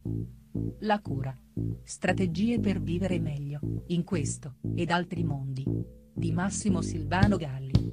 La cura. Strategie per vivere meglio, in questo, ed altri mondi. Di Massimo Silvano Galli.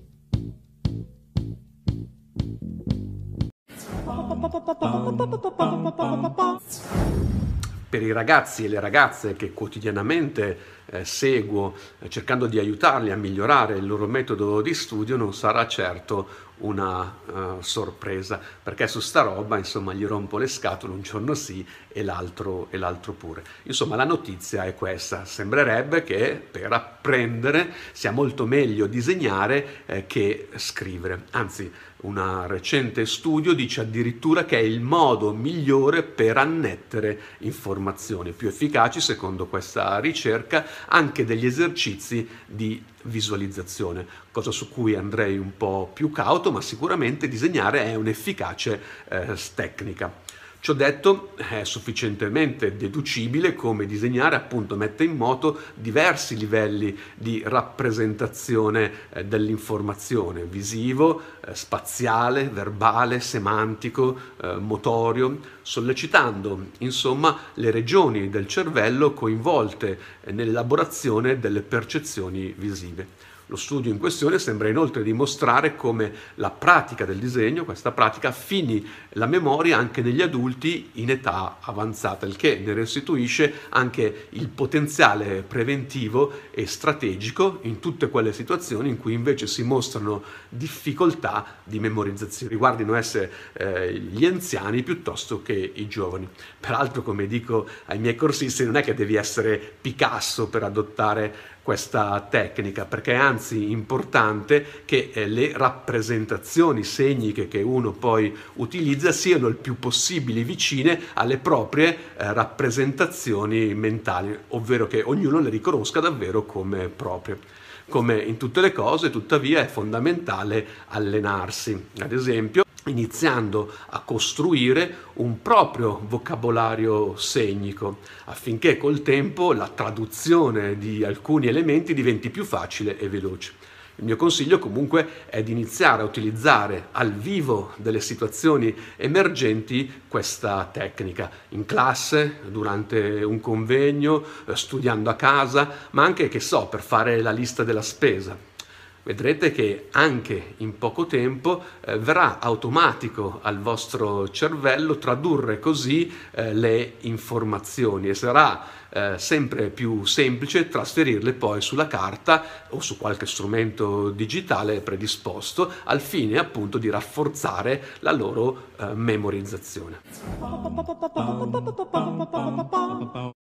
Per i ragazzi e le ragazze che quotidianamente seguo cercando di aiutarli a migliorare il loro metodo di studio, non sarà certo una sorpresa, perché su sta roba insomma gli rompo le scatole un giorno sì e l'altro pure. Insomma, la notizia è questa: sembrerebbe che per apprendere sia molto meglio disegnare che scrivere. Anzi, un recente studio dice addirittura che è il modo migliore per annettere informazioni, più efficaci, secondo questa ricerca, anche degli esercizi di visualizzazione, cosa su cui andrei un po' più cauto, ma sicuramente disegnare è un'efficace tecnica. Ciò detto, è sufficientemente deducibile come disegnare appunto mette in moto diversi livelli di rappresentazione dell'informazione: visivo, spaziale, verbale, semantico, motorio, sollecitando insomma le regioni del cervello coinvolte nell'elaborazione delle percezioni visive. Lo studio in questione sembra inoltre dimostrare come la pratica del disegno, questa pratica, affini la memoria anche negli adulti in età avanzata, il che ne restituisce anche il potenziale preventivo e strategico in tutte quelle situazioni in cui invece si mostrano difficoltà di memorizzazione, riguardino esse gli anziani piuttosto che i giovani. Peraltro, come dico ai miei corsisti, non è che devi essere Picasso per adottare questa tecnica, perché è anzi importante che le rappresentazioni sceniche che uno poi utilizza siano il più possibile vicine alle proprie rappresentazioni mentali, ovvero che ognuno le riconosca davvero come proprie. Come in tutte le cose, tuttavia, è fondamentale allenarsi, ad esempio iniziando a costruire un proprio vocabolario segnico, affinché col tempo la traduzione di alcuni elementi diventi più facile e veloce. Il mio consiglio comunque è di iniziare a utilizzare al vivo delle situazioni emergenti questa tecnica, in classe, durante un convegno, studiando a casa, ma anche, che so, per fare la lista della spesa. Vedrete che anche in poco tempo verrà automatico al vostro cervello tradurre così le informazioni, e sarà sempre più semplice trasferirle poi sulla carta o su qualche strumento digitale predisposto, al fine appunto di rafforzare la loro memorizzazione.